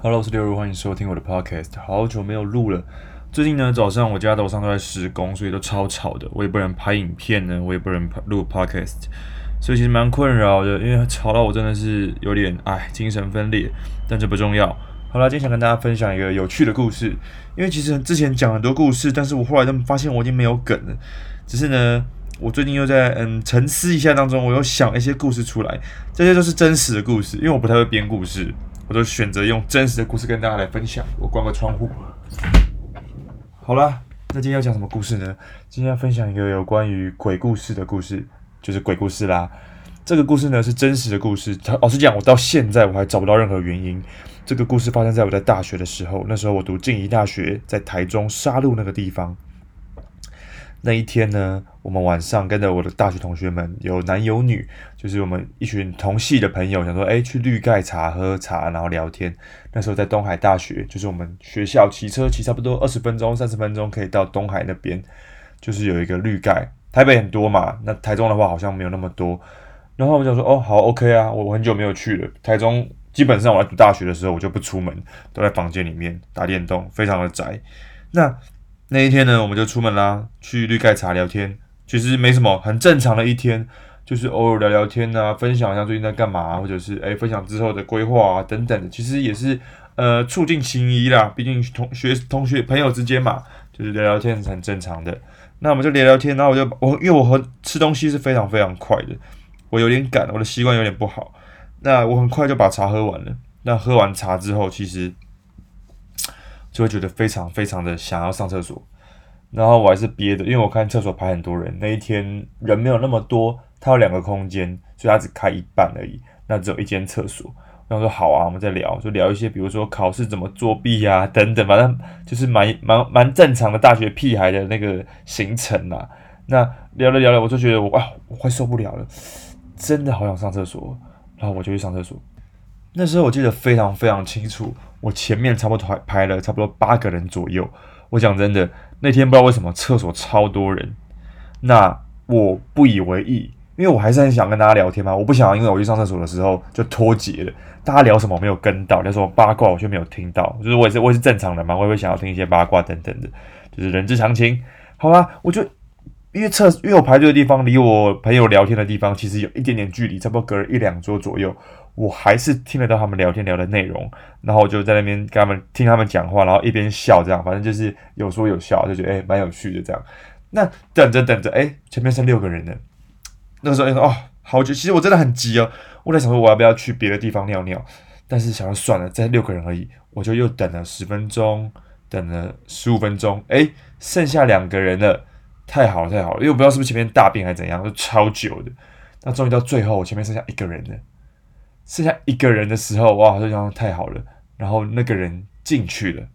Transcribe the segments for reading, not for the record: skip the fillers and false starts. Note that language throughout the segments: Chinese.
Hello，我是刘如，欢迎收听我的 Podcast。好久没有录了，最近呢早上我家楼上都在施工，所以都超吵的。我也不能拍影片呢，我也不能录 Podcast，所以其实蛮困扰的，因为吵到我真的是有点精神分裂。但这不重要。好啦，今天想跟大家分享一个有趣的故事，因为其实之前讲很多故事，但是我后来都发现我已经没有梗了。只是呢，我最近又在沉思一下当中，我又想一些故事出来，这些都是真实的故事，因为我不太会编故事。我都选择用真实的故事跟大家来分享。我关个窗户。好啦，那今天要讲什么故事呢？今天要分享一个有关于鬼故事的故事，就是鬼故事啦。这个故事呢是真实的故事。老实讲，我到现在我还找不到任何原因。这个故事发生在我在大学的时候，那时候我读静宜大学，在台中沙鹿那个地方。那一天呢，我们晚上跟着我的大学同学们，有男有女，就是我们一群同系的朋友，想说，去绿盖茶喝茶，然后聊天。那时候在东海大学，就是我们学校骑车骑差不多20分钟、30分钟可以到东海那边，就是有一个绿盖。台北很多嘛，那台中的话好像没有那么多。然后我们想说，好 ，OK 啊，我很久没有去了。台中基本上我在读大学的时候，我就不出门，都在房间里面打电动，非常的宅。那一天呢，我们就出门啦，去绿盖茶聊天。其实没什么，很正常的一天，就是偶尔聊聊天啊，分享一下最近在干嘛，或者是分享之后的规划啊等等的。其实也是促进情谊啦，毕竟同学朋友之间嘛，就是聊聊天是很正常的。那我们就聊聊天，然后因为我吃东西是非常非常快的，我有点赶，我的习惯有点不好。那我很快就把茶喝完了。那喝完茶之后，其实就会觉得非常非常的想要上厕所，然后我还是憋的，因为我看厕所排很多人，那一天人没有那么多，它有2个空间，所以它只开一半而已，那只有一间厕所。然后说好啊，我们再聊，就聊一些，比如说考试怎么作弊啊，等等，反正就是蛮正常的大学屁孩的那个行程啦。那聊了，我就觉得我快受不了了，真的好想上厕所，然后我就去上厕所。那时候我记得非常非常清楚，我前面差不多排了差不多8个人左右。我讲真的，那天不知道为什么厕所超多人，那我不以为意，因为我还是很想跟大家聊天嘛，我不想因为我去上厕所的时候就脱节了。大家聊什么我没有跟到，聊什么八卦我却没有听到，就是我也是正常人嘛，我也会想要听一些八卦等等的，就是人之常情。好啦，因为我排队的地方离我朋友聊天的地方其实有一点点距离，差不多隔了1-2桌左右。我还是听得到他们聊天聊的内容，然后我就在那边跟他们听他们讲话，然后一边笑，这样反正就是有说有笑，就觉得蛮有趣的这样。那等着，前面剩6个人了。那个时候好久，其实我真的很急哦，我在想说我要不要去别的地方尿尿，但是想要算了，再6个人而已，我就又等了10分钟，等了15分钟，剩下2个人了，太好了，因为我不知道是不是前面大便还是怎样，就超久的。那终于到最后，我前面剩下1个人了。剩下1个人的时候，哇，就这样太好了。然后那个人进去了，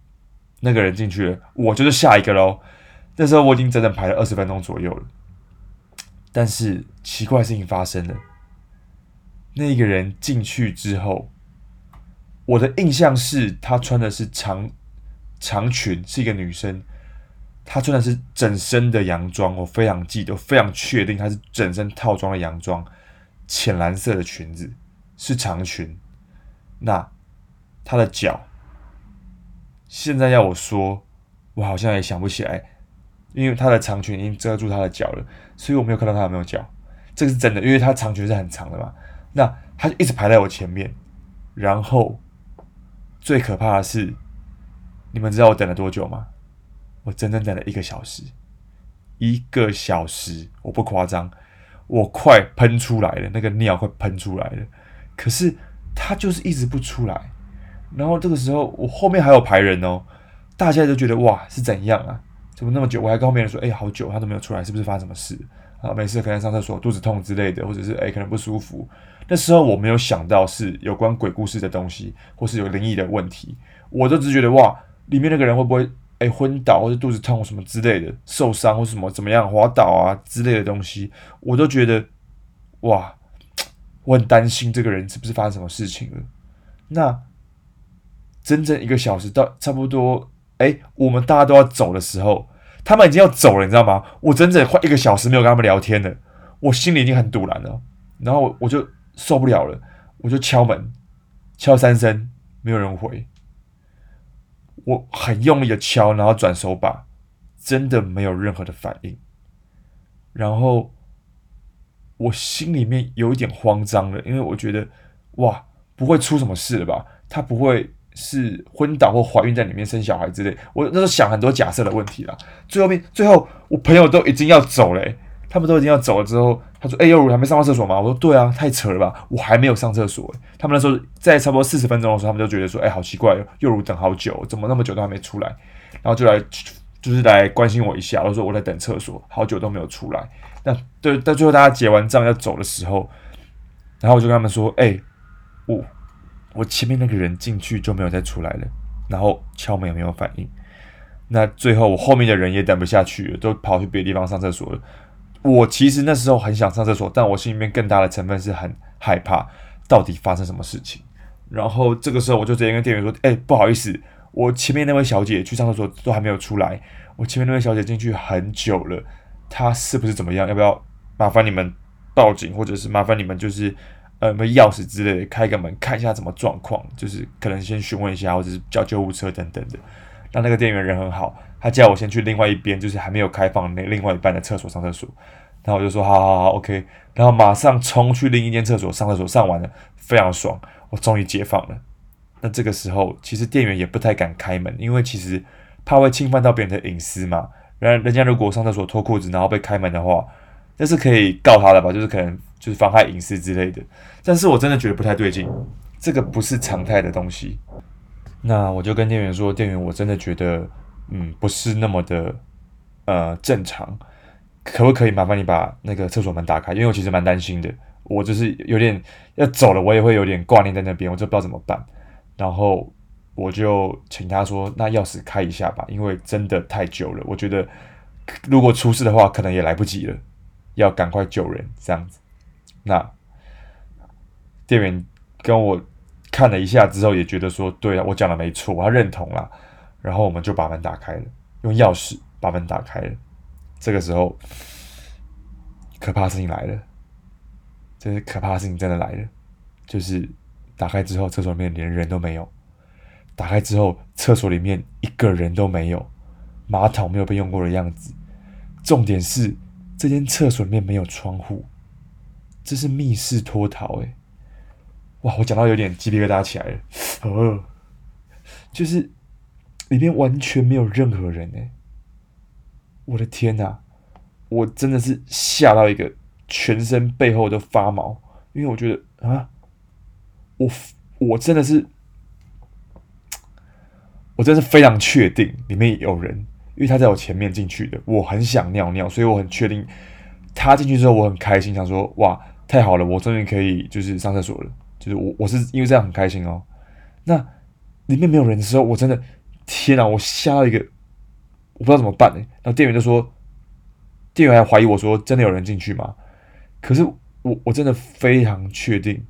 我就是下一个咯。那时候我已经整整排了20分钟左右了。但是奇怪的事情发生了，那个人进去之后，我的印象是她穿的是长裙，是一个女生，她穿的是整身的洋装，我非常记得，我非常确定她是整身套装的洋装，浅蓝色的裙子。是长裙，那她的脚，现在要我说，我好像也想不起来，因为她的长裙已经遮住她的脚了，所以我没有看到她有没有脚。这个是真的，因为她长裙是很长的嘛。那她就一直排在我前面，然后最可怕的是，你们知道我等了多久吗？我整整等了1个小时，1个小时，我不夸张，我快喷出来了，那个尿快喷出来了。可是他就是一直不出来，然后这个时候我后面还有排人哦，大家都觉得哇是怎样啊？怎么那么久？我还跟后面人说，好久他都没有出来，是不是发生什么事？啊，没事，可能上厕所、肚子痛之类的，或者是可能不舒服。那时候我没有想到是有关鬼故事的东西，或是有灵异的问题，我就只觉得哇，里面那个人会不会昏倒，或者肚子痛什么之类的，受伤或什么怎么样滑倒啊之类的东西，我都觉得哇。我很担心这个人是不是发生什么事情了。那整整1个小时到差不多，我们大家都要走的时候，他们已经要走了，你知道吗？我整整快1个小时没有跟他们聊天了，我心里已经很堵然了。然后我就受不了了，我就敲门，敲3声， 没有人回。我很用力的敲，然后转手把，真的没有任何的反应。然后我心里面有一点慌张了，因为我觉得哇，不会出什么事了吧？他不会是昏倒或怀孕在里面生小孩之类。我那时候想很多假设的问题啦。最后我朋友都已经要走了、他们都已经要走了之后，他说：“佑如还没上到厕所吗？”我说：“对啊，太扯了吧，我还没有上厕所、他们那时候在差不多40分钟的时候，他们就觉得说：“好奇怪，佑如等好久，怎么那么久都还没出来？”然后就是来关心我一下。我说我在等厕所，好久都没有出来。那对，到最后大家结完账要走的时候，然后我就跟他们说：“我前面那个人进去就没有再出来了，然后敲门也没有反应。那最后我后面的人也等不下去了，都跑去别的地方上厕所了。我其实那时候很想上厕所，但我心里面更大的成分是很害怕，到底发生什么事情。然后这个时候我就直接跟店员说：不好意思，我前面那位小姐去上厕所都还没有出来，我前面那位小姐进去很久了，她是不是怎么样？要不要麻烦你们报警，或者是麻烦你们就是有没有钥匙之类的，开个门看一下怎么状况，就是可能先询问一下，或者是叫救护车等等的。”那个店员人很好，他叫我先去另外一边，就是还没有开放那另外一半的厕所上厕所。然后我就说好 OK， 然后马上冲去另一间厕所上厕所，上完了非常爽，我终于解放了。那这个时候其实店员也不太敢开门，因为其实怕会侵犯到别人的隐私嘛。人家如果上厕所脱裤子然后被开门的话，那是可以告他的吧，就是可能就是妨害隐私之类的。但是我真的觉得不太对劲，这个不是常态的东西。那我就跟店员说，店员，我真的觉得，不是那么的，正常，可不可以麻烦你把那个厕所门打开？因为我其实蛮担心的，我就是有点要走了，我也会有点挂念在那边，我就不知道怎么办。然后我就请他说，那钥匙开一下吧，因为真的太久了，我觉得如果出事的话，可能也来不及了，要赶快救人这样子。那店员跟我看了一下之后，也觉得说对了，我讲的没错，他认同了。然后我们就把门打开了，用钥匙把门打开了。这个时候，可怕的事情来了，这是可怕的事情真的来了，就是打开之后，厕所里面连人都没有。打开之后，厕所里面一个人都没有，马桶没有被用过的样子。重点是，这间厕所里面没有窗户，这是密室脱逃哇，我讲到有点鸡皮疙瘩起来了，就是里面完全没有任何人我的天哪，我真的是吓到一个全身背后都发毛，因为我觉得啊，我真的是，我真的是非常确定里面有人，因为他在我前面进去的，我很想尿尿，所以我很确定他进去之后我很开心，想说哇，太好了，我终于可以就是上厕所了。就是我是因为这样很开心哦。那里面没有人的时候，我真的天啊，我吓到一个，我不知道怎么办然后店员就说，店员还怀疑我说真的有人进去吗？可是我真的非常确定，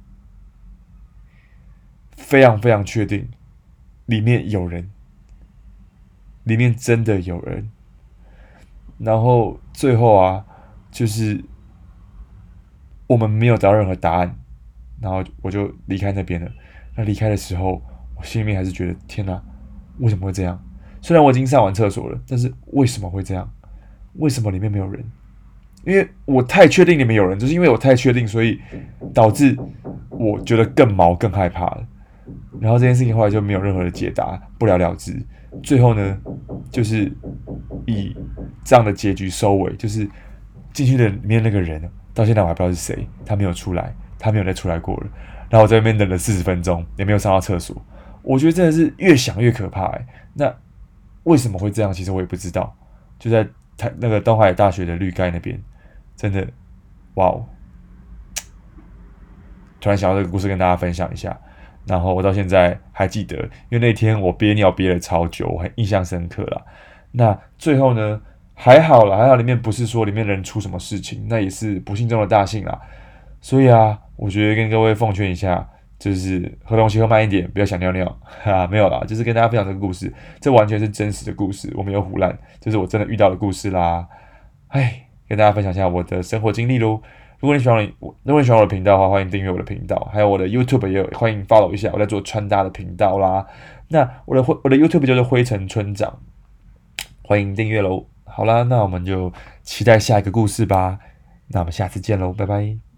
非常非常确定，里面有人，里面真的有人。然后最后啊，就是我们没有得到任何答案。然后我就离开那边了。那离开的时候，我心里面还是觉得天哪，为什么会这样？虽然我已经上完厕所了，但是为什么会这样？为什么里面没有人？因为我太确定里面有人，就是因为我太确定，所以导致我觉得更毛、更害怕了。然后这件事情后来就没有任何的解答，不了了之。最后呢，就是以这样的结局收尾，就是进去的里面那个人，到现在我还不知道是谁，他没有出来。他没有再出来过了，然后我在那边等了40分钟，也没有上到厕所。我觉得真的是越想越可怕那为什么会这样？其实我也不知道。就在那个东海大学的绿盖那边，真的，哇哦！突然想到这个故事跟大家分享一下，然后我到现在还记得，因为那天我憋尿憋了超久，我很印象深刻啦。那最后呢，还好啦，还好里面不是说里面人出什么事情，那也是不幸中的大幸啦。所以啊，我觉得跟各位奉劝一下，就是喝东西喝慢一点，不要想尿尿。没有啦，就是跟大家分享这个故事，这完全是真实的故事，我没有唬烂，就是我真的遇到的故事啦。跟大家分享一下我的生活经历咯。 如果你喜欢我的频道的话，欢迎订阅我的频道，还有我的 YouTube 也有欢迎 follow 一下，我在做穿搭的频道啦。那我的 YouTube 就是灰尘村长，欢迎订阅喽。好啦，那我们就期待下一个故事吧。那我们下次见喽，拜拜。